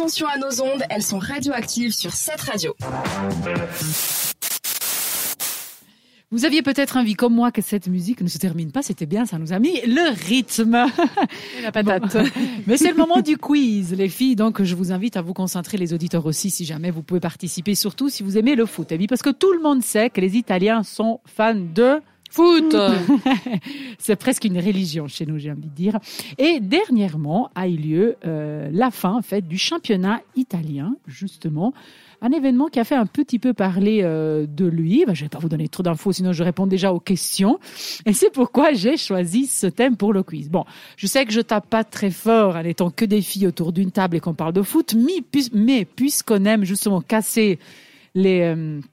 attention à nos ondes, elles sont radioactives sur cette radio. Vous aviez peut-être envie, comme moi, que cette musique ne se termine pas. C'était bien, ça nous a mis le rythme. Et la patate. Bon. Mais c'est le moment du quiz, les filles. Donc, je vous invite à vous concentrer, les auditeurs aussi, si jamais vous pouvez participer, surtout si vous aimez le foot. Et puis, parce que tout le monde sait que les Italiens sont fans de foot. C'est presque une religion chez nous, j'ai envie de dire. Et dernièrement a eu lieu la fin, en fait, du championnat italien, justement. Un événement qui a fait un petit peu parler de lui. Je ne vais pas vous donner trop d'infos, sinon je réponds déjà aux questions. Et c'est pourquoi j'ai choisi ce thème pour le quiz. Bon, je sais que je tape pas très fort en étant que des filles autour d'une table et qu'on parle de foot, mais puisqu'on aime justement casser les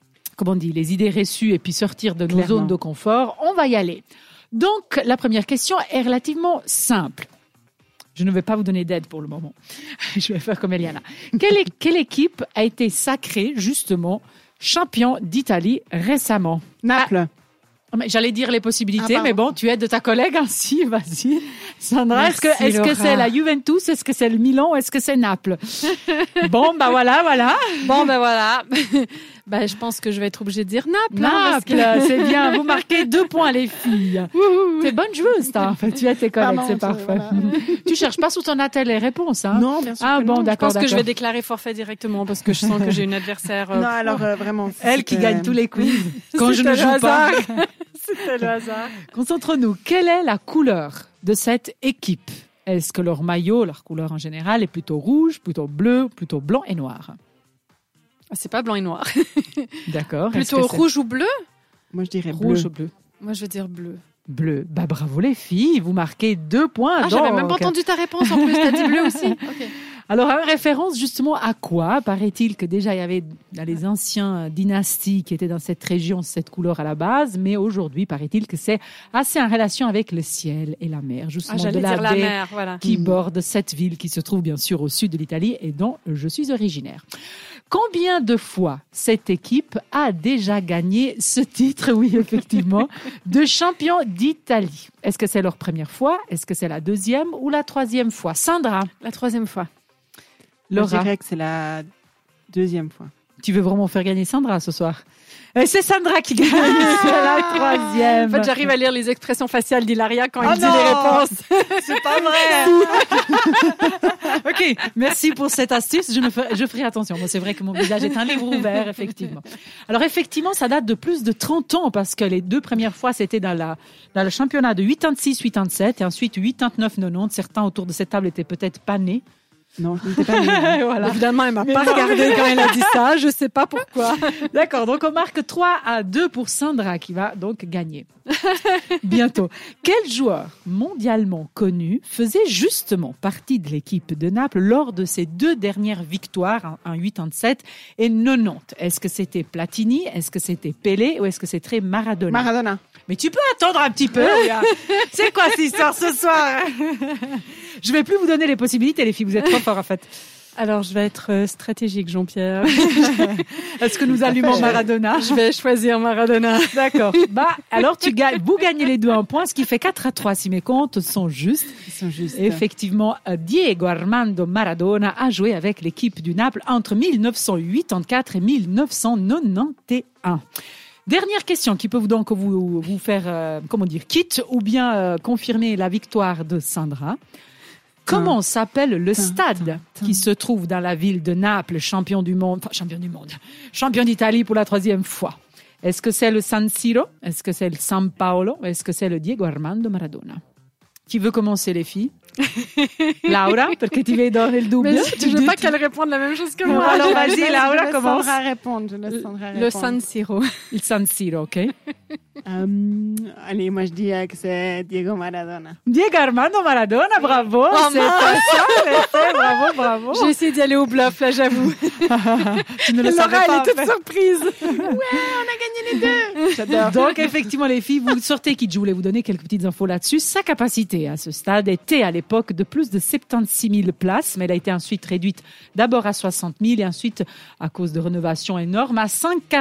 idées reçues et puis sortir de nos zones de confort, on va y aller. Donc, la première question est relativement simple. Je ne vais pas vous donner d'aide pour le moment. Je vais faire comme Eliana. Quelle équipe a été sacrée, justement, champion d'Italie récemment? Naples. J'allais dire les possibilités, mais bon, tu aides de ta collègue ainsi, vas-y. Sandra, est-ce que c'est la Juventus, est-ce que c'est le Milan ou est-ce que c'est Naples? Bon, voilà. Bon, voilà. Je pense que je vais être obligée de dire Naples. Naples, c'est bien. Vous marquez 2 points, les filles. T'es bonne joueuse, toi. Tu as tes collègues, c'est parfait. Voilà. Tu cherches pas sous ton attel les réponses, hein? Non, bien sûr. Bon, d'accord. Je pense que je vais déclarer forfait directement parce que je sens que j'ai une adversaire. Non, alors vraiment. Elle qui gagne tous les quiz. Quand je ne joue pas. C'était le hasard. Concentre-nous. Quelle est la couleur de cette équipe? Est-ce que leur maillot, leur couleur en général, est plutôt rouge, plutôt bleu, plutôt blanc et noir? C'est pas blanc et noir. D'accord. Plutôt rouge ou bleu? Moi, je dirais rouge ou bleu. Moi, je veux dire bleu. Bleu. Bravo les filles, vous marquez 2 points. J'avais même pas entendu ta réponse en plus, t'as dit bleu aussi. Okay. Alors, en référence justement à quoi? Paraît-il que déjà il y avait dans les anciens dynasties qui étaient dans cette région cette couleur à la base, mais aujourd'hui, paraît-il que c'est assez en relation avec le ciel et la mer, justement de la baie qui borde cette ville qui se trouve bien sûr au sud de l'Italie et dont je suis originaire. Combien de fois cette équipe a déjà gagné ce titre, oui, effectivement, de champion d'Italie? Est-ce que c'est leur première fois? Est-ce que c'est la 2e ou la 3e fois? Sandra? La 3e fois. Laura? Je dirais que c'est la 2e fois. Tu veux vraiment faire gagner Sandra ce soir? Et c'est Sandra qui gagne, c'est la 3e. En fait, j'arrive à lire les expressions faciales d'Hilaria quand il dit les réponses. C'est pas vrai. Ok, merci pour cette astuce. Je ferai attention. Moi, c'est vrai que mon visage est un livre ouvert, effectivement. Alors, effectivement, ça date de plus de 30 ans parce que les 2 premières fois, c'était dans le championnat de 86-87 et ensuite 89-90. Certains autour de cette table étaient peut-être pas nés. Non, je n'étais pas née. Voilà. Évidemment, elle m'a pas regardé quand elle a dit ça. Je sais pas pourquoi. D'accord. Donc, on marque 3-2 pour Sandra qui va donc gagner. Bientôt. Quel joueur mondialement connu faisait justement partie de l'équipe de Naples lors de ses 2 dernières victoires en 87 et 90? Est-ce que c'était Platini? Est-ce que c'était Pelé? Ou est-ce que c'était Maradona? Maradona. Mais tu peux attendre un petit peu. C'est quoi cette histoire ce soir? Je vais plus vous donner les possibilités, les filles. Vous êtes trop forts, en fait. Alors, je vais être stratégique, Jean-Pierre. Est-ce que nous allumons Maradona? Je vais choisir Maradona. D'accord. Alors, vous gagnez les 2 un point, ce qui fait 4-3 si mes comptes sont justes. Ils sont justes. Effectivement, Diego Armando Maradona a joué avec l'équipe du Naples entre 1984 et 1991. Dernière question qui peut donc vous faire, quitte ou bien confirmer la victoire de Sandra. Comment s'appelle le stade qui se trouve dans la ville de Naples, champion d'Italie pour la 3e fois? Est-ce que c'est le San Siro? Est-ce que c'est le San Paolo? Est-ce que c'est le Diego Armando Maradona? Qui veut commencer, les filles? Laura, perché ti vedo nel dubbio. Mais tu veux pas qu'elle réponde la même chose que moi. Alors vas-y, Laura, commence. Je laisse Sandra répondre. Le San Siro. Il San Siro, ok. Allez, moi je dis que c'est Diego Maradona. Diego Armando Maradona, bravo. C'est ça, bravo. J'ai essayé d'y aller au bluff, là, j'avoue. Tu ne le savais pas. Laura, elle est toute surprise. Ouais, on a gagné les 2. J'adore. Donc, effectivement, les filles, vous sortez qui je voulais vous donner quelques petites infos là-dessus. Sa capacité à ce stade était à l'époque de plus de 76 000 places, mais elle a été ensuite réduite d'abord à 60 000 et ensuite, à cause de rénovations énormes, à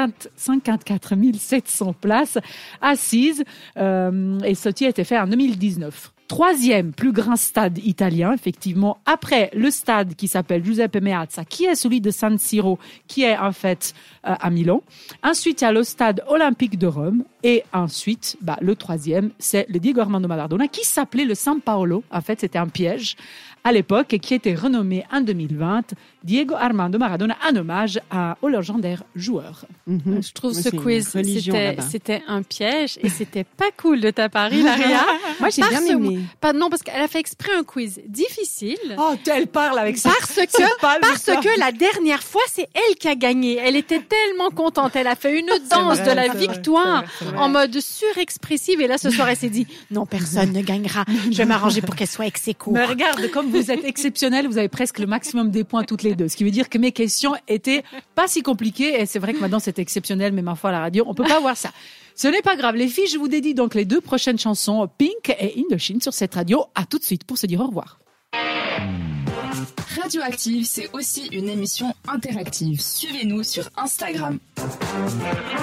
54 700 places assises. Et ceci a été fait en 2019. troisième plus grand stade italien, effectivement, après le stade qui s'appelle Giuseppe Meazza, qui est celui de San Siro, qui est en fait à Milan. Ensuite, il y a le stade olympique de Rome. Et ensuite, le troisième, c'est le Diego Armando Maradona, qui s'appelait le San Paolo. En fait, c'était un piège à l'époque et qui a été renommé en 2020 Diego Armando Maradona en hommage au légendaire joueur. Je trouve ce quiz, c'était un piège et c'était pas cool de ta part, Hilaria. Moi, j'ai bien aimé. Non, parce qu'elle a fait exprès un quiz difficile. Oh, elle parle avec ça. Parce que la dernière fois, c'est elle qui a gagné. Elle était tellement contente. Elle a fait une danse de la victoire en mode surexpressive. Et là, ce soir, elle s'est dit, non, personne ne gagnera. Je vais m'arranger pour qu'elle soit ex-aequo. Mais regarde, comme vous êtes exceptionnels, vous avez presque le maximum des points toutes les deux. Ce qui veut dire que mes questions étaient pas si compliquées. Et c'est vrai que maintenant, c'est exceptionnel, mais ma foi, à la radio, on peut pas voir ça. Ce n'est pas grave. Les filles, je vous dédie donc les deux prochaines chansons, Pink et Indochine, sur cette radio. À tout de suite pour se dire au revoir. Radioactive, c'est aussi une émission interactive. Suivez-nous sur Instagram.